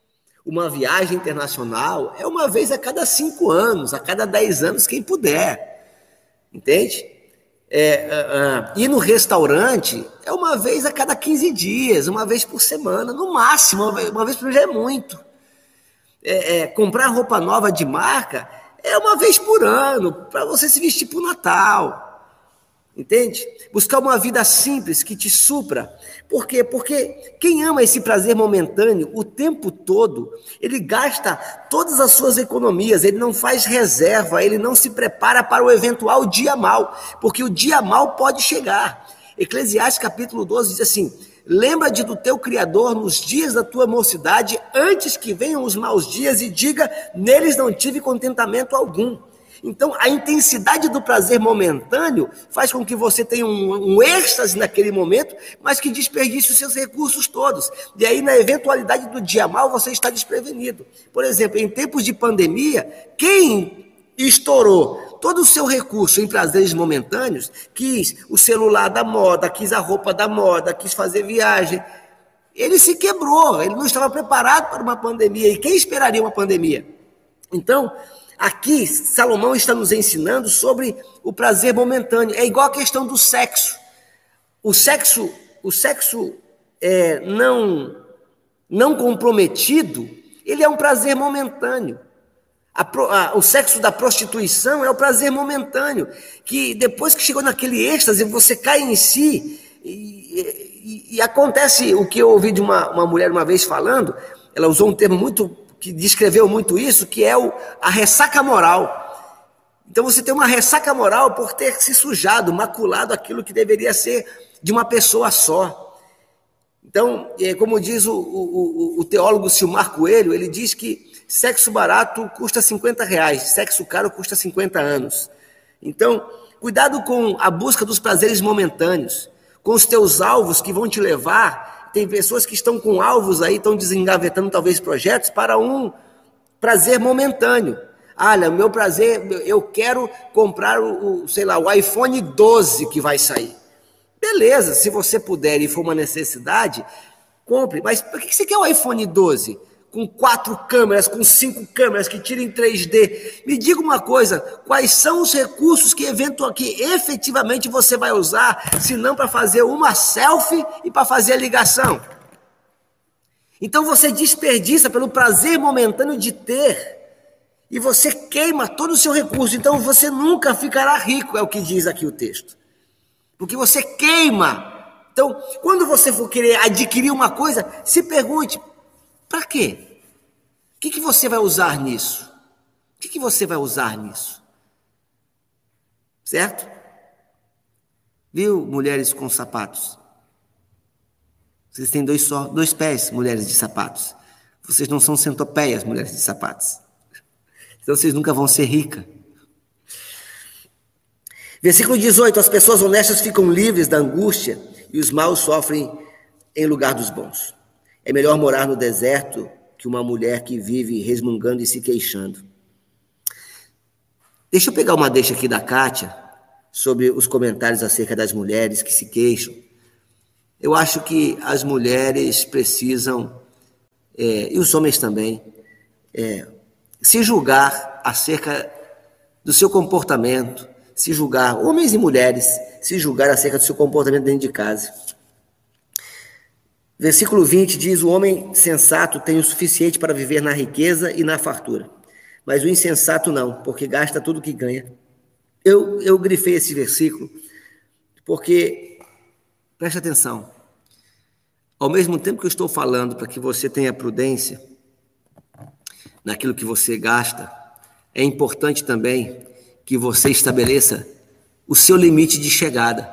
S1: Uma viagem internacional é uma vez a cada cinco anos, a cada dez anos, quem puder. Entende? É, uh, uh, ir no restaurante é uma vez a cada quinze dias, uma vez por semana, no máximo, uma vez, uma vez por dia é muito. É, é, comprar roupa nova de marca é uma vez por ano, para você se vestir para o Natal. Entende? Buscar uma vida simples que te supra. Por quê? Porque quem ama esse prazer momentâneo o tempo todo, ele gasta todas as suas economias, ele não faz reserva, ele não se prepara para o eventual dia mau, porque o dia mau pode chegar. Eclesiastes capítulo doze diz assim: lembra-te do teu Criador nos dias da tua mocidade, antes que venham os maus dias, e diga, neles não tive contentamento algum. Então, a intensidade do prazer momentâneo faz com que você tenha um, um êxtase naquele momento, mas que desperdice os seus recursos todos. E aí, na eventualidade do dia mau, você está desprevenido. Por exemplo, em tempos de pandemia, quem estourou todo o seu recurso em prazeres momentâneos, quis o celular da moda, quis a roupa da moda, quis fazer viagem, ele se quebrou, ele não estava preparado para uma pandemia. E quem esperaria uma pandemia? Então, aqui, Salomão está nos ensinando sobre o prazer momentâneo. É igual a questão do sexo. O sexo, o sexo é, não, não comprometido, ele é um prazer momentâneo. A, a, o sexo da prostituição é o prazer momentâneo, que depois que chegou naquele êxtase, você cai em si, e, e, e acontece o que eu ouvi de uma, uma mulher uma vez falando, ela usou um termo muito... que descreveu muito isso, que é o, a ressaca moral. Então você tem uma ressaca moral por ter se sujado, maculado aquilo que deveria ser de uma pessoa só. Então, como diz o, o, o teólogo Silmar Coelho, ele diz que sexo barato custa cinquenta reais, sexo caro custa cinquenta anos. Então, cuidado com a busca dos prazeres momentâneos, com os teus alvos que vão te levar. Tem pessoas que estão com alvos aí, estão desengavetando talvez projetos para um prazer momentâneo. Olha, o meu prazer, eu quero comprar o, o, sei lá, o iPhone doze que vai sair. Beleza, se você puder e for uma necessidade, compre. Mas por que você quer o iPhone doze? Com quatro câmeras, com cinco câmeras, que tira em três D. Me diga uma coisa, quais são os recursos que, eventual, que efetivamente você vai usar, se não para fazer uma selfie e para fazer a ligação? Então você desperdiça pelo prazer momentâneo de ter, e você queima todo o seu recurso, então você nunca ficará rico, é o que diz aqui o texto. Porque você queima. Então, quando você for querer adquirir uma coisa, se pergunte, para quê? O que, que você vai usar nisso? O que, que você vai usar nisso? Certo? Viu, mulheres com sapatos? Vocês têm dois, só, dois pés, mulheres de sapatos. Vocês não são centopeias, mulheres de sapatos. Então vocês nunca vão ser ricas. Versículo dezoito. As pessoas honestas ficam livres da angústia e os maus sofrem em lugar dos bons. É melhor morar no deserto que uma mulher que vive resmungando e se queixando. Deixa eu pegar uma deixa aqui da Kátia sobre os comentários acerca das mulheres que se queixam. Eu acho que as mulheres precisam, é, e os homens também, é, se julgar acerca do seu comportamento, se julgar, homens e mulheres, se julgar acerca do seu comportamento dentro de casa. Versículo vinte diz: o homem sensato tem o suficiente para viver na riqueza e na fartura, mas o insensato não, porque gasta tudo o que ganha. Eu, eu grifei esse versículo porque, preste atenção, ao mesmo tempo que eu estou falando para que você tenha prudência naquilo que você gasta, é importante também que você estabeleça o seu limite de chegada.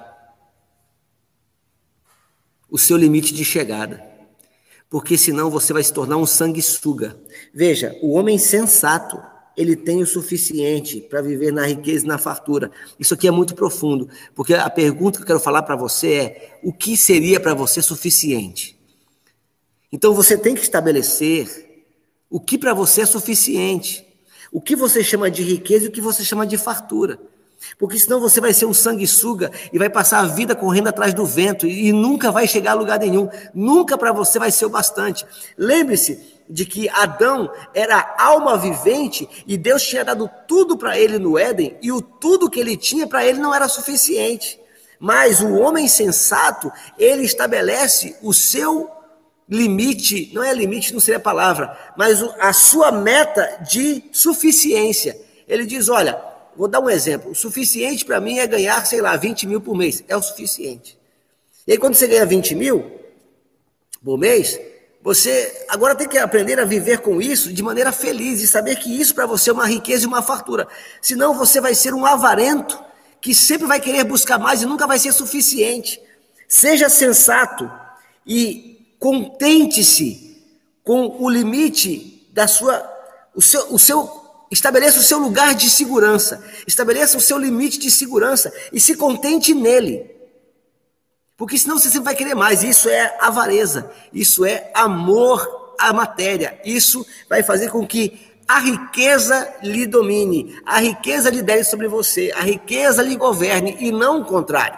S1: O seu limite de chegada. Porque senão você vai se tornar um sanguessuga. Veja, o homem sensato, ele tem o suficiente para viver na riqueza e na fartura. Isso aqui é muito profundo, porque a pergunta que eu quero falar para você é: o que seria para você suficiente? Então você tem que estabelecer o que para você é suficiente. O que você chama de riqueza e o que você chama de fartura. Porque senão você vai ser um sanguessuga e vai passar a vida correndo atrás do vento e nunca vai chegar a lugar nenhum. Nunca para você vai ser o bastante. Lembre-se de que Adão era alma vivente e Deus tinha dado tudo para ele no Éden e o tudo que ele tinha para ele não era suficiente. Mas o homem sensato, ele estabelece o seu limite, não é limite, não seria a palavra, mas a sua meta de suficiência. Ele diz: olha, vou dar um exemplo, o suficiente para mim é ganhar, sei lá, vinte mil por mês, é o suficiente. E aí quando você ganha vinte mil por mês, você agora tem que aprender a viver com isso de maneira feliz e saber que isso para você é uma riqueza e uma fartura. Senão você vai ser um avarento que sempre vai querer buscar mais e nunca vai ser suficiente. Seja sensato e contente-se com o limite da sua, o seu, o seu, estabeleça o seu lugar de segurança, estabeleça o seu limite de segurança e se contente nele. Porque senão você sempre vai querer mais. Isso é avareza, isso é amor à matéria. Isso vai fazer com que a riqueza lhe domine, a riqueza lhe deve sobre você, a riqueza lhe governe e não o contrário.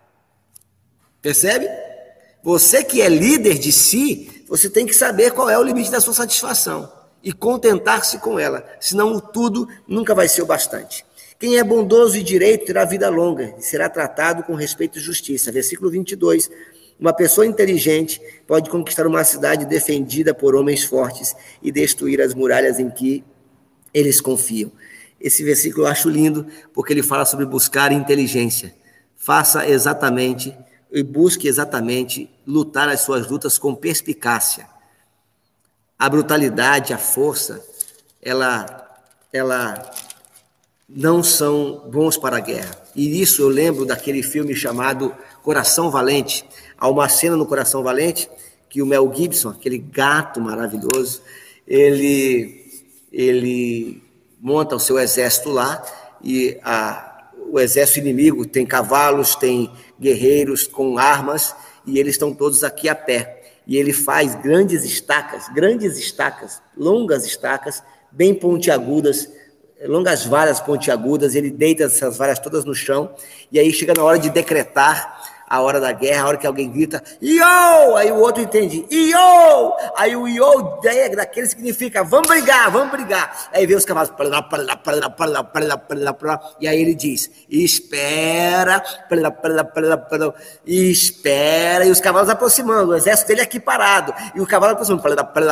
S1: Percebe? Você que é líder de si, você tem que saber qual é o limite da sua satisfação e contentar-se com ela, senão o tudo nunca vai ser o bastante. Quem é bondoso e direito terá vida longa e será tratado com respeito e justiça. Versículo vinte e dois. Uma pessoa inteligente pode conquistar uma cidade defendida por homens fortes e destruir as muralhas em que eles confiam. Esse versículo eu acho lindo porque ele fala sobre buscar inteligência. Faça exatamente e busque exatamente lutar as suas lutas com perspicácia. A brutalidade, a força, ela, ela não são bons para a guerra. E isso eu lembro daquele filme chamado Coração Valente. Há uma cena no Coração Valente que o Mel Gibson, aquele gato maravilhoso, ele, ele monta o seu exército lá e a o exército inimigo tem cavalos, tem guerreiros com armas, e eles estão todos aqui a pé. E ele faz grandes estacas, grandes estacas, longas estacas, bem pontiagudas, longas varas pontiagudas, ele deita essas varas todas no chão, e aí chega na hora de decretar a hora da guerra, a hora que alguém grita, Iô! Aí o outro entende, Iô! Aí o Iô daquele significa, vamos brigar, vamos brigar. Aí vem os cavalos, e aí ele diz, espera, espera, e os cavalos aproximando, o exército dele aqui parado, e o cavalo aproximando,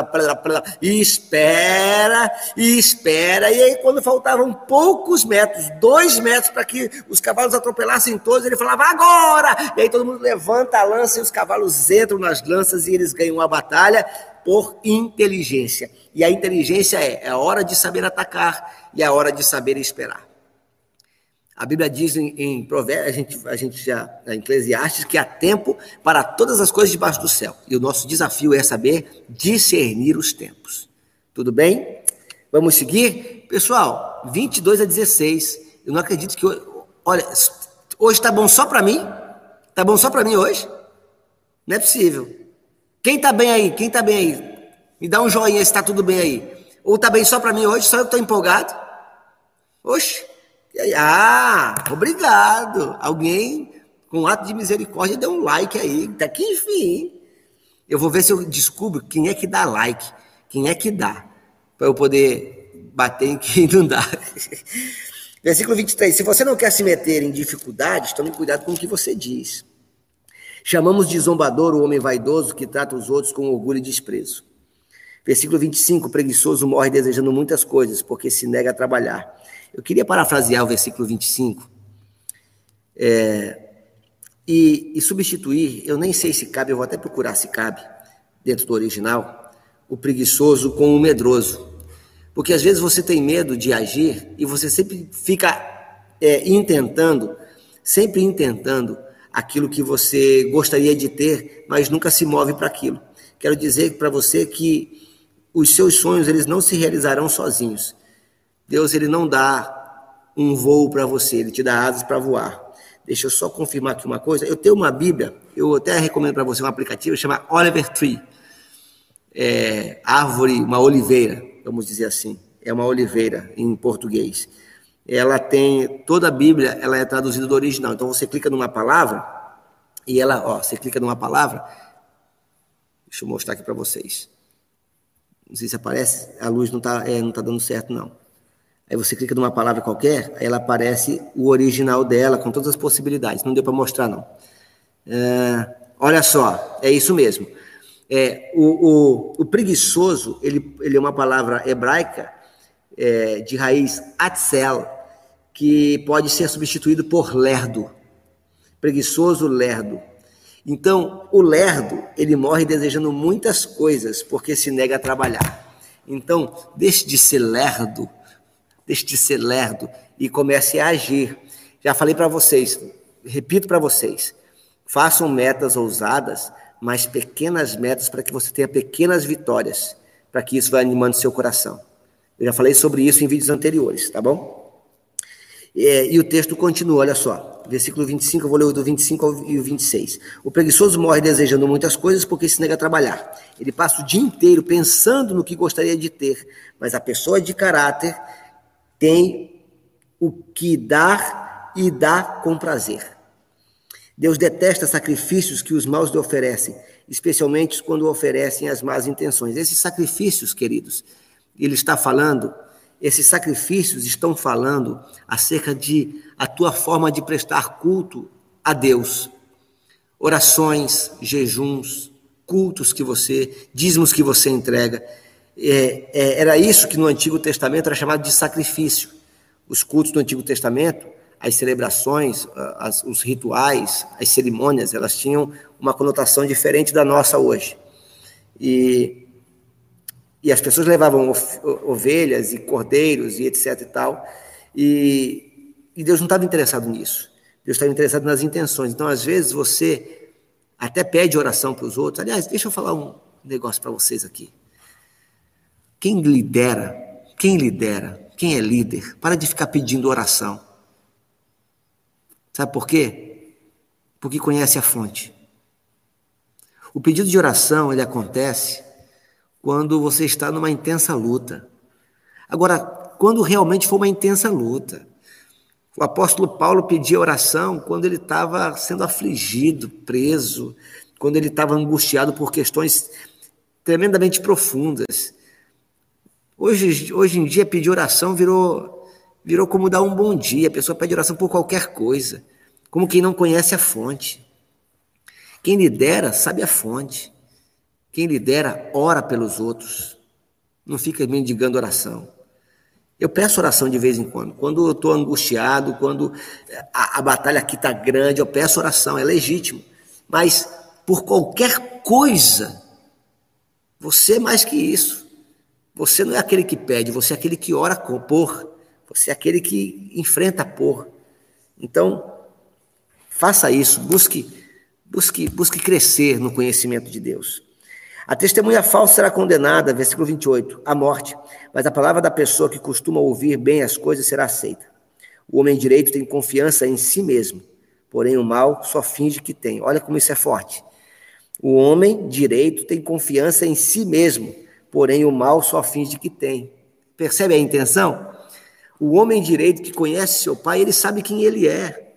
S1: espera, espera, e aí quando faltavam poucos metros, dois metros para que os cavalos atropelassem todos, ele falava, agora! E aí todo mundo levanta a lança e os cavalos entram nas lanças e eles ganham a batalha por inteligência. E a inteligência é, é a hora de saber atacar e a hora de saber esperar. A Bíblia diz em, em Provérbios, a gente, a gente já, em Eclesiastes, que há tempo para todas as coisas debaixo do céu. E o nosso desafio é saber discernir os tempos. Tudo bem? Vamos seguir? Pessoal, vinte e dois a dezesseis. Eu não acredito que... Olha, hoje está bom só para mim? Tá bom só para mim hoje? Não é possível. Quem tá bem aí? Quem tá bem aí? Me dá um joinha se tá tudo bem aí. Ou tá bem só para mim hoje? Só eu que tô empolgado? Oxe. Ah, obrigado. Alguém com um ato de misericórdia, dê um like aí, até que enfim. Eu vou ver se eu descubro quem é que dá like, quem é que dá, para eu poder bater em quem não dá. Versículo vinte e três, se você não quer se meter em dificuldades, tome cuidado com o que você diz. Chamamos de zombador o homem vaidoso que trata os outros com orgulho e desprezo. Versículo vinte e cinco, o preguiçoso morre desejando muitas coisas, porque se nega a trabalhar. Eu queria parafrasear o versículo vinte e cinco é, e, e substituir, eu nem sei se cabe, eu vou até procurar se cabe, dentro do original, o preguiçoso com o medroso. Porque às vezes você tem medo de agir e você sempre fica é, intentando, sempre intentando aquilo que você gostaria de ter, mas nunca se move para aquilo. Quero dizer para você que os seus sonhos, eles não se realizarão sozinhos. Deus, ele não dá um voo para você, ele te dá asas para voar. Deixa eu só confirmar aqui uma coisa. Eu tenho uma Bíblia, eu até recomendo para você um aplicativo, chama Oliver Tree. É, árvore, uma oliveira, vamos dizer assim. É uma oliveira em português. Ela tem, toda a Bíblia, ela é traduzida do original. Então você clica numa palavra, e ela, ó, você clica numa palavra, deixa eu mostrar aqui para vocês. Não sei se aparece, a luz não está é, não tá dando certo, não. Aí você clica numa palavra qualquer, aí ela aparece o original dela, com todas as possibilidades. Não deu para mostrar, não. É, olha só, é isso mesmo. É, o, o, o preguiçoso, ele, ele é uma palavra hebraica é, de raiz atzel, que pode ser substituído por lerdo. Preguiçoso, lerdo. Então, o lerdo, ele morre desejando muitas coisas, porque se nega a trabalhar. Então, deixe de ser lerdo, deixe de ser lerdo e comece a agir. Já falei para vocês, repito para vocês, façam metas ousadas, mas pequenas metas para que você tenha pequenas vitórias, para que isso vá animando seu coração. Eu já falei sobre isso em vídeos anteriores, tá bom? É, e o texto continua, olha só. Versículo vinte e cinco, eu vou ler o do vinte e cinco e o vinte e seis. O preguiçoso morre desejando muitas coisas porque se nega a trabalhar. Ele passa o dia inteiro pensando no que gostaria de ter, mas a pessoa de caráter tem o que dar e dá com prazer. Deus detesta sacrifícios que os maus lhe oferecem, especialmente quando oferecem as más intenções. Esses sacrifícios, queridos, ele está falando... Esses sacrifícios estão falando acerca de a tua forma de prestar culto a Deus. Orações, jejuns, cultos que você, dízimos que você entrega. É, é, era isso que no Antigo Testamento era chamado de sacrifício. Os cultos do Antigo Testamento, as celebrações, as, os rituais, as cerimônias, elas tinham uma conotação diferente da nossa hoje. E... E as pessoas levavam ovelhas e cordeiros e etc e tal. E, e Deus não estava interessado nisso. Deus estava interessado nas intenções. Então, às vezes, você até pede oração para os outros. Aliás, deixa eu falar um negócio para vocês aqui. Quem lidera, quem lidera, quem é líder, para de ficar pedindo oração. Sabe por quê? Porque conhece a fonte. O pedido de oração, ele acontece quando você está numa intensa luta. Agora, quando realmente for uma intensa luta. O apóstolo Paulo pedia oração quando ele estava sendo afligido, preso, quando ele estava angustiado por questões tremendamente profundas. Hoje, hoje em dia, pedir oração virou, virou como dar um bom dia. A pessoa pede oração por qualquer coisa, como quem não conhece a fonte. Quem lidera sabe a fonte. Quem lidera, ora pelos outros, não fica mendigando oração. Eu peço oração de vez em quando. Quando eu estou angustiado, quando a, a batalha aqui está grande, eu peço oração, é legítimo. Mas por qualquer coisa, você é mais que isso. Você não é aquele que pede, você é aquele que ora por. Você é aquele que enfrenta por. Então, faça isso, busque, busque, busque crescer no conhecimento de Deus. A testemunha falsa será condenada, versículo vinte e oito, à morte, mas a palavra da pessoa que costuma ouvir bem as coisas será aceita. O homem direito tem confiança em si mesmo, porém o mal só finge que tem. Olha como isso é forte. O homem direito tem confiança em si mesmo, porém o mal só finge que tem. Percebe a intenção? O homem direito que conhece seu pai, ele sabe quem ele é.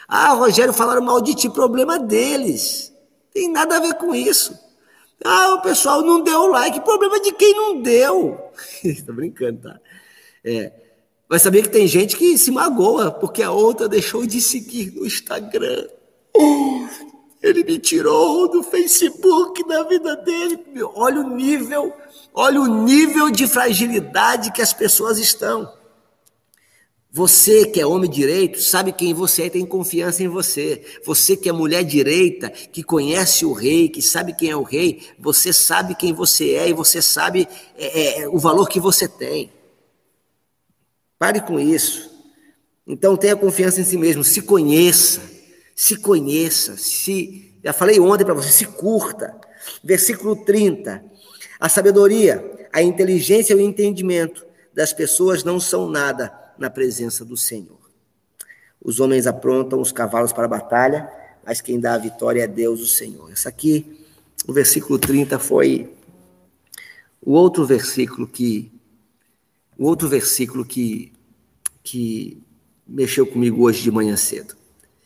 S1: Ah, Rogério, falaram mal de ti, problema deles. Tem nada a ver com isso. Ah, o pessoal não deu like, problema de quem não deu. Estou brincando, tá? É. Mas sabia que tem gente que se magoa porque a outra deixou de seguir no Instagram. Ele me tirou do Facebook da vida dele. Olha o nível, olha o nível de fragilidade que as pessoas estão. Você que é homem direito, sabe quem você é e tem confiança em você. Você que é mulher direita, que conhece o rei, que sabe quem é o rei, você sabe quem você é e você sabe é, é, o valor que você tem. Pare com isso. Então tenha confiança em si mesmo, se conheça, se conheça, se, já falei ontem para você, se curta. Versículo trinta, a sabedoria, a inteligência e o entendimento das pessoas não são nada na presença do Senhor. Os homens aprontam os cavalos para a batalha, mas quem dá a vitória é Deus, o Senhor. Esse aqui, o versículo trinta, foi o outro versículo que, o outro versículo que, que mexeu comigo hoje de manhã cedo.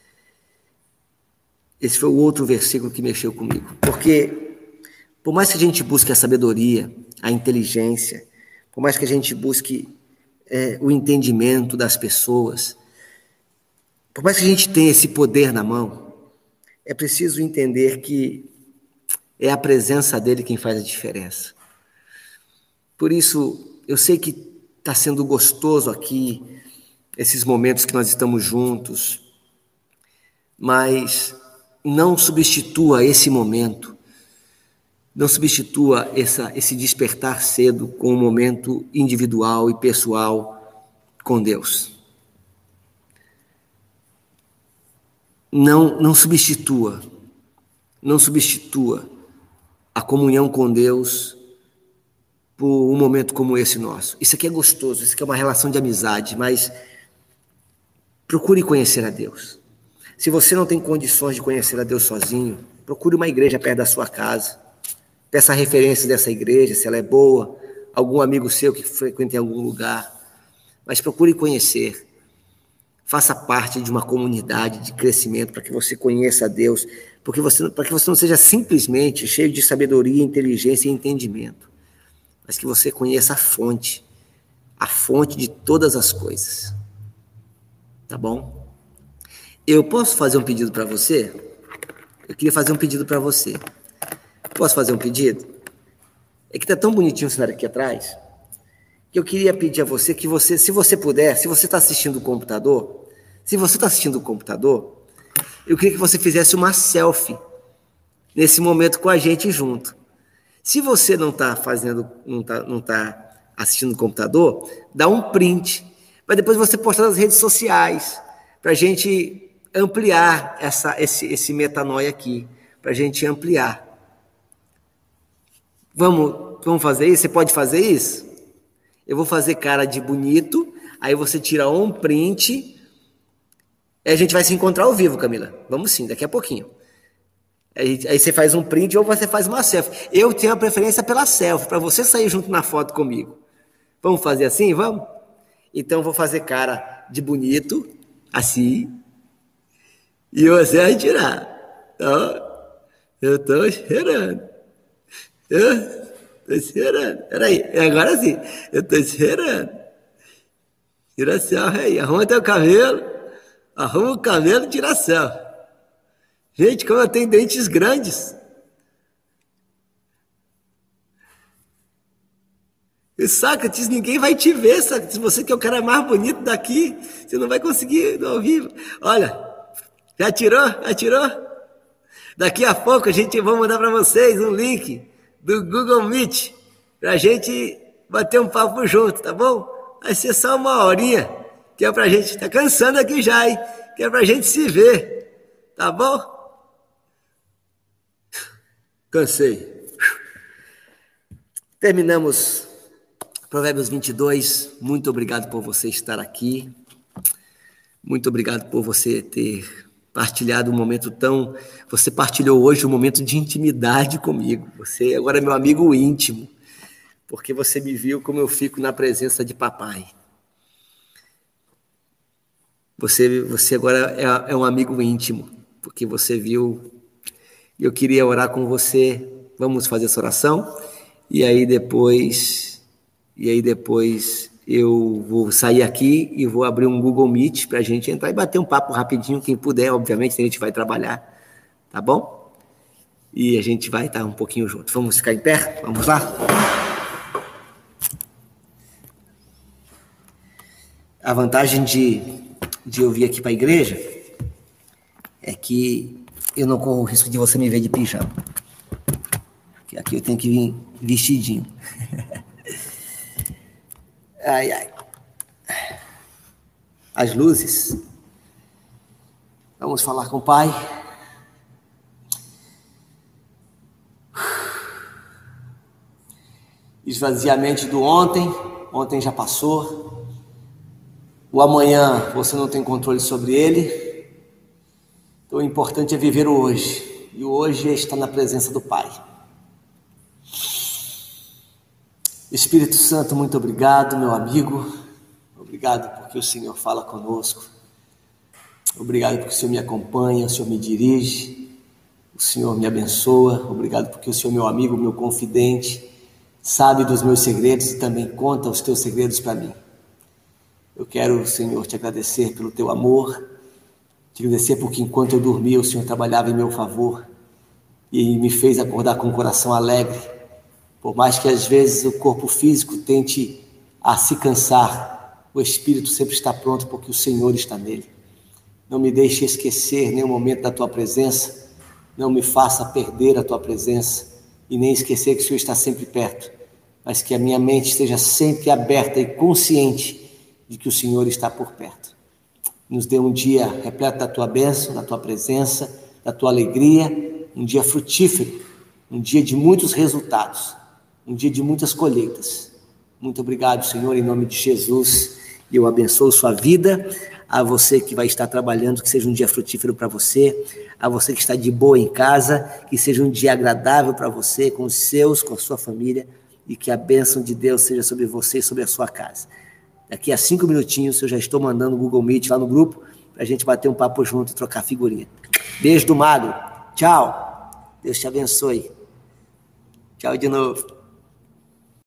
S1: Esse foi o outro versículo que mexeu comigo. Porque, por mais que a gente busque a sabedoria, a inteligência, por mais que a gente busque É, o entendimento das pessoas, por mais que a gente tenha esse poder na mão, é preciso entender que é a presença dele quem faz a diferença. Por isso, eu sei que está sendo gostoso aqui, esses momentos que nós estamos juntos, mas não substitua esse momento, não substitua essa, esse despertar cedo com um momento individual e pessoal com Deus. Não, não substitua, não substitua a comunhão com Deus por um momento como esse nosso. Isso aqui é gostoso, isso aqui é uma relação de amizade, mas procure conhecer a Deus. Se você não tem condições de conhecer a Deus sozinho, procure uma igreja perto da sua casa. Peça referência dessa igreja, se ela é boa, algum amigo seu que frequenta em algum lugar. Mas procure conhecer. Faça parte de uma comunidade de crescimento para que você conheça a Deus, porque você, para que você não seja simplesmente cheio de sabedoria, inteligência e entendimento, mas que você conheça a fonte, a fonte de todas as coisas. Tá bom? Eu posso fazer um pedido para você? Eu queria fazer um pedido para você. Posso fazer um pedido? É que está tão bonitinho o cenário aqui atrás, que eu queria pedir a você que você, se você puder, se você está assistindo o computador, se você está assistindo o computador, eu queria que você fizesse uma selfie nesse momento com a gente junto. Se você não está fazendo, não está não tá assistindo o computador, dá um print, para depois você postar nas redes sociais, para a gente ampliar essa, esse, esse metanoia aqui, para a gente ampliar. Vamos, vamos fazer isso? Você pode fazer isso? Eu vou fazer cara de bonito, aí você tira um print, e a gente vai se encontrar ao vivo, Camila. Vamos sim, daqui a pouquinho. Aí, aí você faz um print ou você faz uma selfie. Eu tenho a preferência pela selfie, para você sair junto na foto comigo. Vamos fazer assim? Vamos? Então, eu vou fazer cara de bonito, assim, e você vai tirar. Então, eu estou esperando. Eu tô esperando. Peraí, agora sim. Eu tô esperando. Tira a selfie aí. Arruma teu cabelo. Arruma o cabelo e tira a selfie. Gente, como eu tenho dentes grandes. E Sócrates, ninguém vai te ver, Sócrates. Você que é o cara mais bonito daqui, você não vai conseguir ao vivo. Olha, já tirou? Já tirou? Daqui a pouco a gente vai mandar para vocês um link do Google Meet, pra gente bater um papo junto, tá bom? Vai ser só uma horinha, que é pra gente, tá cansando aqui já, hein? Que é pra gente se ver, tá bom? Cansei. Terminamos Provérbios vinte e dois, muito obrigado por você estar aqui, muito obrigado por você ter partilhado um momento tão... Você partilhou hoje um momento de intimidade comigo. Você agora é meu amigo íntimo, porque você me viu como eu fico na presença de papai. Você, você agora é, é um amigo íntimo, porque você viu. Eu queria orar com você. Vamos fazer essa oração? E aí depois, e aí depois eu vou sair aqui e vou abrir um Google Meet para a gente entrar e bater um papo rapidinho, quem puder, obviamente, a gente vai trabalhar, tá bom? E a gente vai estar um pouquinho junto. Vamos ficar em pé? Vamos lá? A vantagem de, de eu vir aqui para a igreja é que eu não corro o risco de você me ver de pijama. Porque aqui eu tenho que vir vestidinho. Ai, ai. As luzes. Vamos falar com o Pai. Esvaziar a mente do ontem. Ontem já passou. O amanhã você não tem controle sobre ele. Então o importante é viver o hoje. E o hoje é estar na presença do Pai. Espírito Santo, muito obrigado, meu amigo. Obrigado porque o Senhor fala conosco. Obrigado porque o Senhor me acompanha, o Senhor me dirige, o Senhor me abençoa. Obrigado porque o Senhor é meu amigo, meu confidente, sabe dos meus segredos e também conta os teus segredos para mim. Eu quero, Senhor, te agradecer pelo teu amor, te agradecer porque enquanto eu dormia o Senhor trabalhava em meu favor e me fez acordar com o coração alegre. Por mais que às vezes o corpo físico tente a se cansar, o espírito sempre está pronto porque o Senhor está nele. Não me deixe esquecer nenhum momento da tua presença, não me faça perder a tua presença e nem esquecer que o Senhor está sempre perto, mas que a minha mente esteja sempre aberta e consciente de que o Senhor está por perto. Nos dê um dia repleto da tua bênção, da tua presença, da tua alegria, um dia frutífero, um dia de muitos resultados, um dia de muitas colheitas. Muito obrigado, Senhor, em nome de Jesus. E eu abençoo sua vida, a você que vai estar trabalhando, que seja um dia frutífero para você, a você que está de boa em casa, que seja um dia agradável para você, com os seus, com a sua família, e que a bênção de Deus seja sobre você e sobre a sua casa. Daqui a cinco minutinhos eu já estou mandando o Google Meet lá no grupo, para a gente bater um papo junto e trocar figurinha. Beijo do Magro. Tchau. Deus te abençoe. Tchau de novo.